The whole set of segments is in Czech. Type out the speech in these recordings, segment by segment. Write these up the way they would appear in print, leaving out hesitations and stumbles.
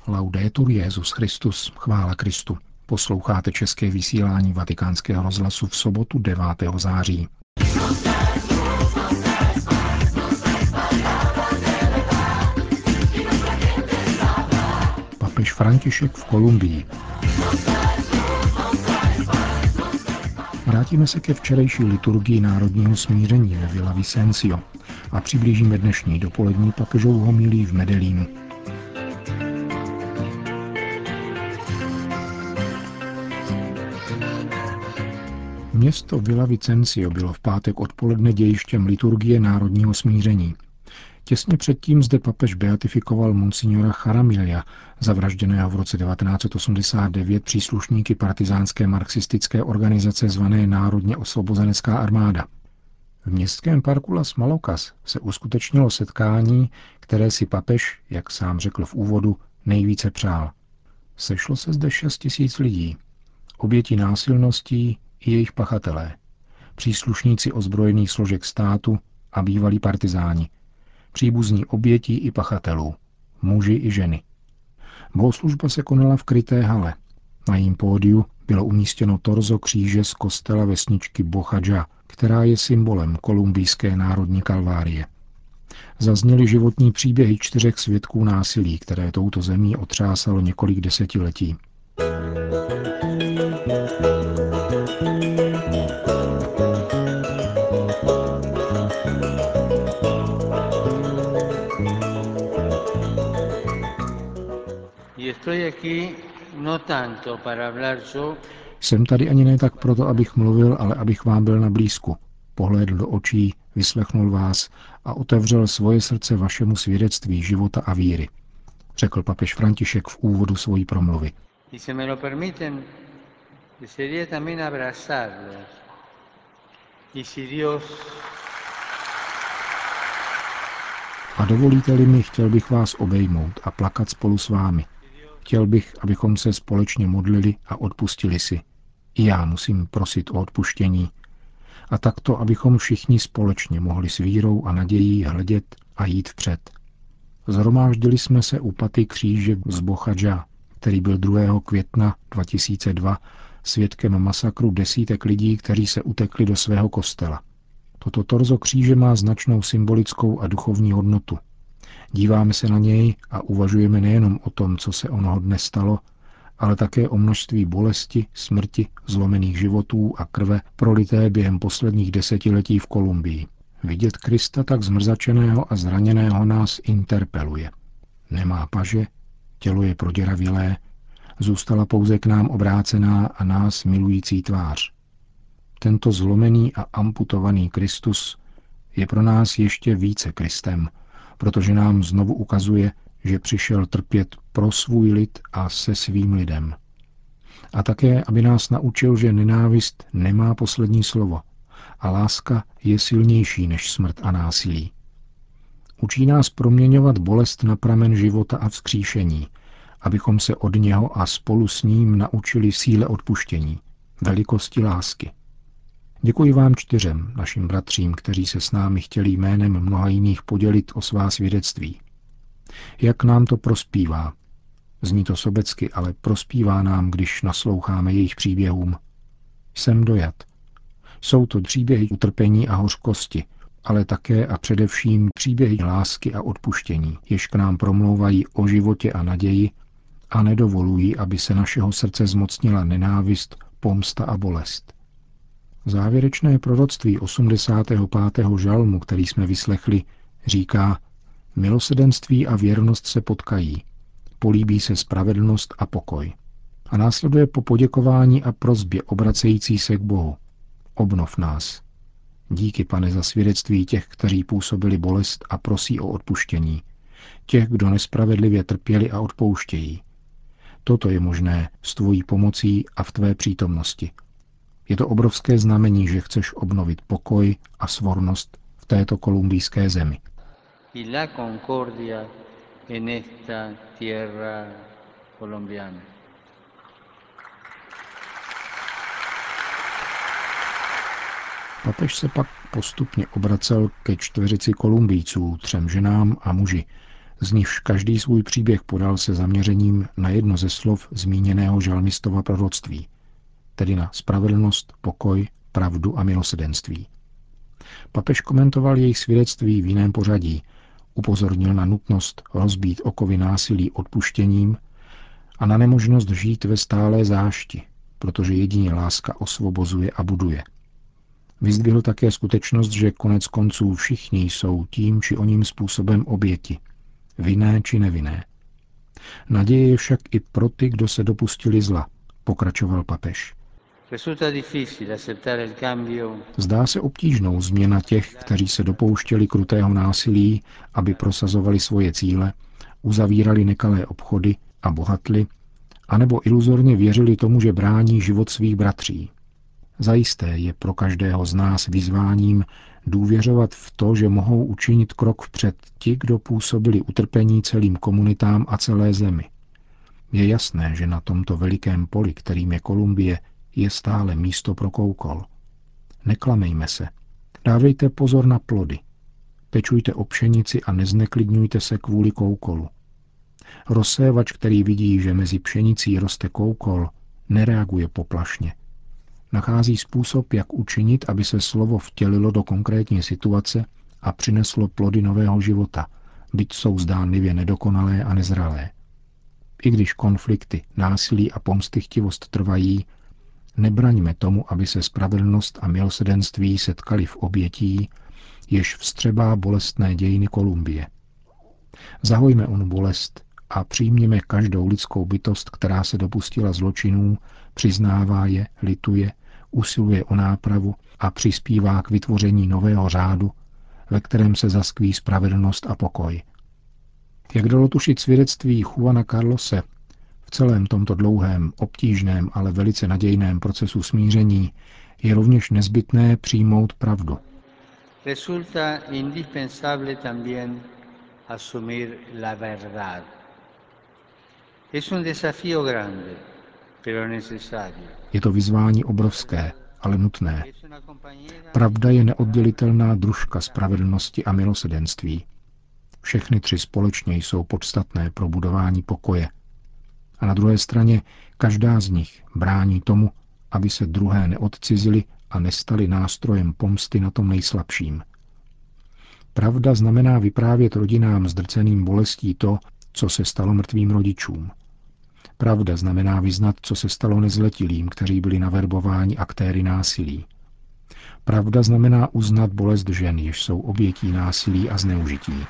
Laudetur Jesus Christus, chvála Kristu. Posloucháte české vysílání Vatikánského rozhlasu v sobotu 9. září. Papež František v Kolumbii. Vrátíme se ke včerejší liturgii národního smíření ve Villavicencio a přiblížíme dnešní dopolední papežovu homilii v Medellínu. Město Villavicencio bylo v pátek odpoledne dějištěm liturgie národního smíření. Těsně předtím zde papež beatifikoval monsignora Jaramilla, zavražděného v roce 1989 příslušníky partizánské marxistické organizace zvané Národně osvobozenecká armáda. V městském parku Las Malocas se uskutečnilo setkání, které si papež, jak sám řekl v úvodu, nejvíce přál. Sešlo se zde 6 000 lidí, oběti násilností i jejich pachatelé, příslušníci ozbrojených složek státu a bývalí partizáni, příbuzní obětí i pachatelů, muži i ženy. Bohoslužba se konala v kryté hale. Na jejím pódiu bylo umístěno torzo kříže z kostela vesničky Bocadža, která je symbolem kolumbijské národní kalvárie. Zazněly životní příběhy 4 svědků násilí, které touto zemí otřásalo několik desetiletí. Jsem tady ani ne tak proto, abych mluvil, ale abych vám byl na blízku. Pohlédl do očí, vyslechnul vás a otevřel svoje srdce vašemu svědectví života a víry, řekl papež František v úvodu svojí promluvy. A dovolíte-li mi, chtěl bych vás obejmout a plakat spolu s vámi. Chtěl bych, abychom se společně modlili a odpustili si. I já musím prosit o odpuštění. A takto, abychom všichni společně mohli s vírou a nadějí hledět a jít vpřed. Zhromáždili jsme se u paty kříže z Bocadža, který byl 2. května 2002 svědkem masakru desítek lidí, kteří se utekli do svého kostela. Toto torzo kříže má značnou symbolickou a duchovní hodnotu. Díváme se na něj a uvažujeme nejenom o tom, co se onoho dne stalo, ale také o množství bolesti, smrti, zlomených životů a krve prolité během posledních desetiletí v Kolumbii. Vidět Krista tak zmrzačeného a zraněného nás interpeluje. Nemá paže, tělo je proděravilé, zůstala pouze k nám obrácená a nás milující tvář. Tento zlomený a amputovaný Kristus je pro nás ještě více Kristem, protože nám znovu ukazuje, že přišel trpět pro svůj lid a se svým lidem. A také, aby nás naučil, že nenávist nemá poslední slovo a láska je silnější než smrt a násilí. Učí nás proměňovat bolest na pramen života a vzkříšení, abychom se od něho a spolu s ním naučili síle odpuštění, velikosti lásky. Děkuji vám 4, našim bratřím, kteří se s námi chtěli jménem mnoha jiných podělit o svá svědectví. Jak nám to prospívá. Zní to sobecky, ale prospívá nám, když nasloucháme jejich příběhům. Jsem dojat. Jsou to příběhy utrpení a hořkosti, ale také a především příběhy lásky a odpuštění, jež k nám promlouvají o životě a naději a nedovolují, aby se našeho srdce zmocnila nenávist, pomsta a bolest. Závěrečné proroctví 85. žalmu, který jsme vyslechli, říká: Milosrdenství a věrnost se potkají, políbí se spravedlnost a pokoj. A následuje po poděkování a prosbě obracející se k Bohu. Obnov nás. Díky, Pane, za svědectví těch, kteří působili bolest a prosí o odpuštění. Těch, kdo nespravedlivě trpěli a odpouštějí. Toto je možné s tvojí pomocí a v tvé přítomnosti. Je to obrovské znamení, že chceš obnovit pokoj a svornost v této kolumbijské zemi. Papež se pak postupně obracel ke 4 Kolumbijců, 3 ženám a muži, z nichž každý svůj příběh podal se zaměřením na jedno ze slov zmíněného žalmistova proroctví, tedy na spravedlnost, pokoj, pravdu a milosrdenství. Papež komentoval jejich svědectví v jiném pořadí, upozornil na nutnost rozbít okovy násilí odpuštěním a na nemožnost žít ve stálé zášti, protože jedině láska osvobozuje a buduje. Vyzdvihl také skutečnost, že konec konců všichni jsou tím či oním způsobem oběti, vinné či nevinné. Naděje je však i pro ty, kdo se dopustili zla, pokračoval papež. Zdá se obtížnou změna těch, kteří se dopouštěli krutého násilí, aby prosazovali svoje cíle, uzavírali nekalé obchody a bohatli, anebo iluzorně věřili tomu, že brání život svých bratří. Zajisté je pro každého z nás vyzváním důvěřovat v to, že mohou učinit krok vpřed ti, kdo působili utrpení celým komunitám a celé zemi. Je jasné, že na tomto velikém poli, kterým je Kolumbie, je stále místo pro koukol. Neklamejme se. Dávejte pozor na plody. Pečujte o pšenici a nezneklidňujte se kvůli koukolu. Rozsévač, který vidí, že mezi pšenicí roste koukol, nereaguje poplašně. Nachází způsob, jak učinit, aby se slovo vtělilo do konkrétní situace a přineslo plody nového života, byť jsou zdánlivě nedokonalé a nezralé. I když konflikty, násilí a pomstychtivost trvají, nebraňme tomu, aby se spravedlnost a milosrdenství setkali v obětí, jež vstřebá bolestné dějiny Kolumbie. Zahojme onu bolest a přijměme každou lidskou bytost, která se dopustila zločinů, přiznává je, lituje, usiluje o nápravu a přispívá k vytvoření nového řádu, ve kterém se zaskví spravedlnost a pokoj. Jak dalo tušit svědectví Juana Carlose, v celém tomto dlouhém, obtížném, ale velice nadějném procesu smíření je rovněž nezbytné přijmout pravdu. Resulta indispensable también asumir la verdad. Es un desafío grande, pero necesario. Je to vyzvání obrovské, ale nutné. Pravda je neoddělitelná družka spravedlnosti a milosrdenství. Všechny tři společně jsou podstatné pro budování pokoje. A na druhé straně každá z nich brání tomu, aby se druhé neodcizili a nestali nástrojem pomsty na tom nejslabším. Pravda znamená vyprávět rodinám zdrceným bolestí to, co se stalo mrtvým rodičům. Pravda znamená vyznat, co se stalo nezletilým, kteří byli naverbováni aktéry násilí. Pravda znamená uznat bolest žen, jež jsou obětí násilí a zneužití.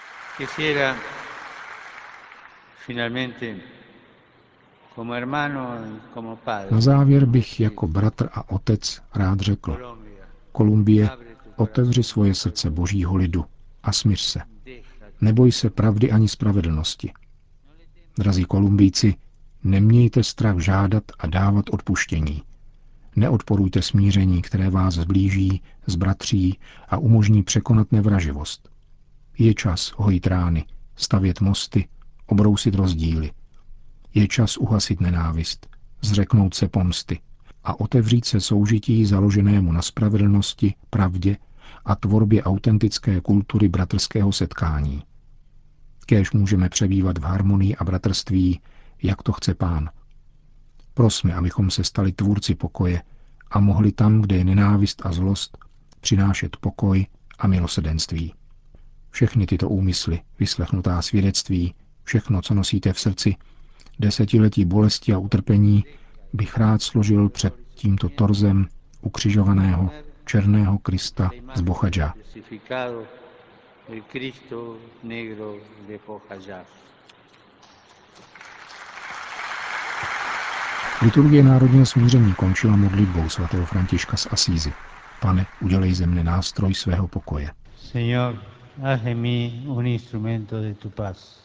Na závěr bych jako bratr a otec rád řekl: Kolumbie, otevři svoje srdce Božího lidu a smíř se. Neboj se pravdy ani spravedlnosti. Drazí Kolumbijci, nemějte strach žádat a dávat odpuštění. Neodporujte smíření, které vás zblíží, zbratří a umožní překonat nevraživost. Je čas hojit rány, stavět mosty, obrousit rozdíly. Je čas uhasit nenávist, zřeknout se pomsty a otevřít se soužití založenému na spravedlnosti, pravdě a tvorbě autentické kultury bratrského setkání. Kéž můžeme přebývat v harmonii a bratrství, jak to chce Pán. Prosme, abychom se stali tvůrci pokoje a mohli tam, kde je nenávist a zlost, přinášet pokoj a milosrdenství. Všechny tyto úmysly, vyslechnutá svědectví, všechno, co nosíte v srdci, desetiletí bolesti a utrpení, bych rád složil před tímto torzem ukřižovaného černého Krista z Bojadžá. Liturgie národního smíření končila modlitbou svatého Františka z Asízy. Pane, udělej ze mne nástroj svého pokoje. Señor, haz de mí un instrumento de tu paz.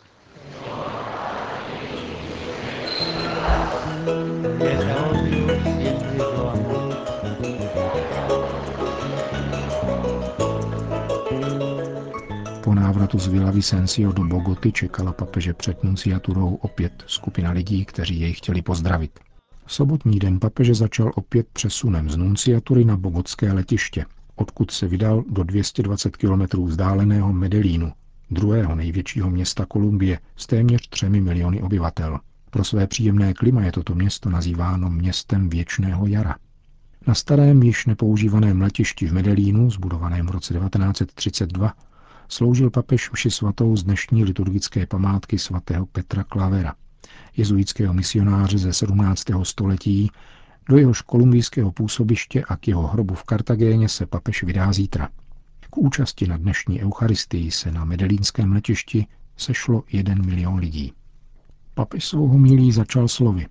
Po návratu z Villavicencio do Bogoty čekala papeže před nunciaturou opět skupina lidí, kteří jej chtěli pozdravit. Sobotní den papeže začal opět přesunem z nunciatury na bogotské letiště, odkud se vydal do 220 kilometrů vzdáleného Medellínu, druhého největšího města Kolumbie s téměř 3 miliony obyvatel. Pro své příjemné klima je toto město nazýváno městem věčného jara. Na starém, již nepoužívaném letišti v Medellínu, zbudovaném v roce 1932, sloužil papež mši svatou z dnešní liturgické památky svatého Petra Clavera, jezuitského misionáře ze 17. století, do jehož kolumbijského působiště a k jeho hrobu v Kartagéně se papež vydá zítra. K účasti na dnešní eucharistii se na medellínském letišti sešlo 1 milion lidí. Papež svou homilí začal slovy.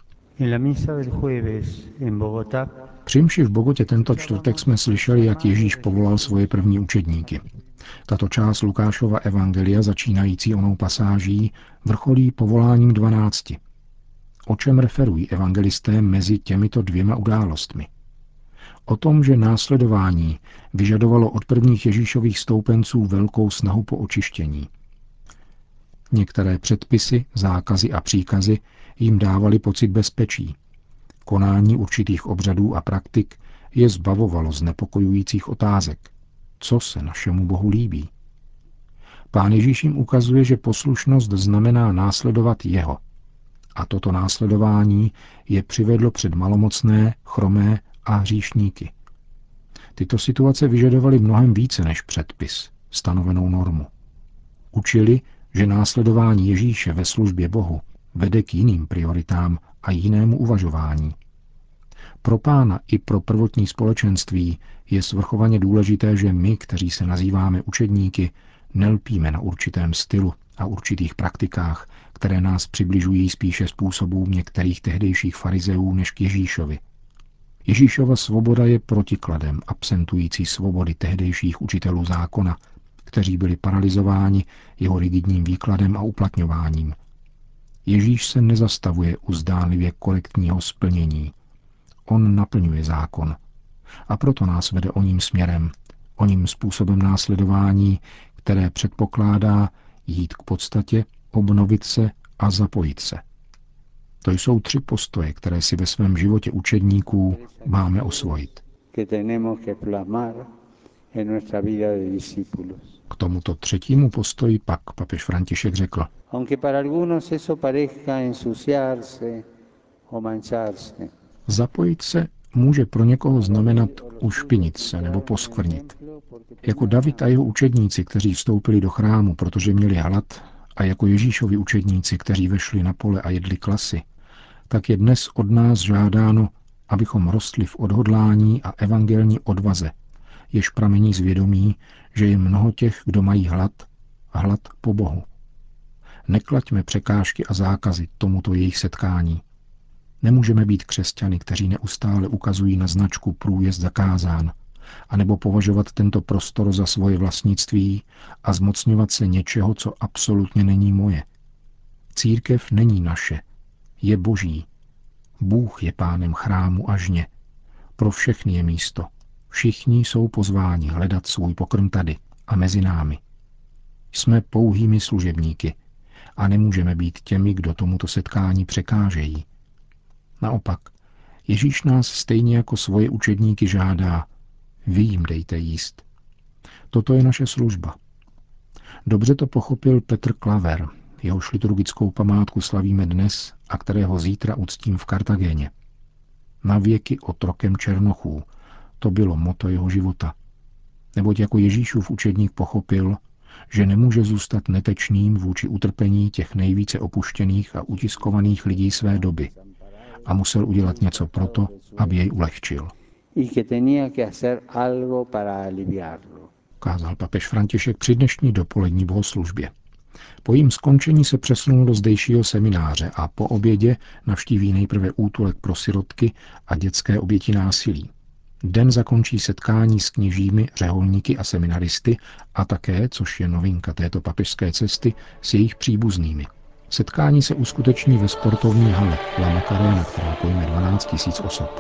Při mši v Bogotě tento čtvrtek jsme slyšeli, jak Ježíš povolal svoje první učedníky. Tato část Lukášova evangelia, začínající onou pasáží, vrcholí povoláním 12. O čem referují evangelisté mezi těmito 2 událostmi? O tom, že následování vyžadovalo od prvních Ježíšových stoupenců velkou snahu po očištění. Některé předpisy, zákazy a příkazy jim dávali pocit bezpečí. Konání určitých obřadů a praktik je zbavovalo znepokojujících otázek. Co se našemu Bohu líbí? Pán Ježíš jim ukazuje, že poslušnost znamená následovat jeho. A toto následování je přivedlo před malomocné, chromé a hříšníky. Tyto situace vyžadovaly mnohem více než předpis, stanovenou normu. Učili, že následování Ježíše ve službě Bohu vede k jiným prioritám a jinému uvažování. Pro Pána i pro prvotní společenství je svrchovaně důležité, že my, kteří se nazýváme učedníky, nelpíme na určitém stylu a určitých praktikách, které nás přibližují spíše způsobům některých tehdejších farizeů než k Ježíšovi. Ježíšova svoboda je protikladem absentující svobody tehdejších učitelů zákona, kteří byli paralyzováni jeho rigidním výkladem a uplatňováním. Ježíš se nezastavuje u zdánlivě korektního splnění. On naplňuje zákon. A proto nás vede oním směrem, oním způsobem následování, které předpokládá jít k podstatě, obnovit se a zapojit se. To jsou 3 postoje, které si ve svém životě učedníků máme osvojit. K tomuto 3. postoji pak papež František řekl. Zapojit se může pro někoho znamenat ušpinit se nebo poskvrnit. Jako David a jeho učedníci, kteří vstoupili do chrámu, protože měli hlad, a jako Ježíšovi učedníci, kteří vešli na pole a jedli klasy, tak je dnes od nás žádáno, abychom rostli v odhodlání a evangelní odvaze, jež pramení z vědomí, že je mnoho těch, kdo mají hlad po Bohu. Neklaďme překážky a zákazy tomuto jejich setkání. Nemůžeme být křesťany, kteří neustále ukazují na značku průjezd zakázán, anebo považovat tento prostor za svoje vlastnictví a zmocňovat se něčeho, co absolutně není moje. Církev není naše, je Boží. Bůh je pánem chrámu a žně. Pro všechny je místo. Všichni jsou pozváni hledat svůj pokrm tady a mezi námi. Jsme pouhými služebníky a nemůžeme být těmi, kdo tomuto setkání překážejí. Naopak, Ježíš nás stejně jako svoje učedníky žádá, vy jim dejte jíst. Toto je naše služba. Dobře to pochopil Petr Claver, jehož liturgickou památku slavíme dnes a kterého zítra uctím v Kartagéně. Na věky otrokem černochů, to bylo motto jeho života. Neboť jako Ježíšův učedník pochopil, že nemůže zůstat netečným vůči utrpení těch nejvíce opuštěných a utiskovaných lidí své doby a musel udělat něco proto, aby jej ulehčil. Kázal papež František při dnešní dopolední bohoslužbě. Po jím skončení se přesunul do zdejšího semináře a po obědě navštíví nejprve útulek pro sirotky a dětské oběti násilí. Den zakončí setkání s kněžími, řeholníky a seminaristy a také, což je novinka této papežské cesty, s jejich příbuznými. Setkání se uskuteční ve sportovní hale La Macarena, která pojme 12 000 osob.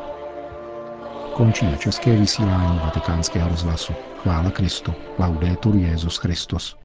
Končíme české vysílání Vatikánského rozhlasu. Chvála Kristu. Laudetur Jesus Christus.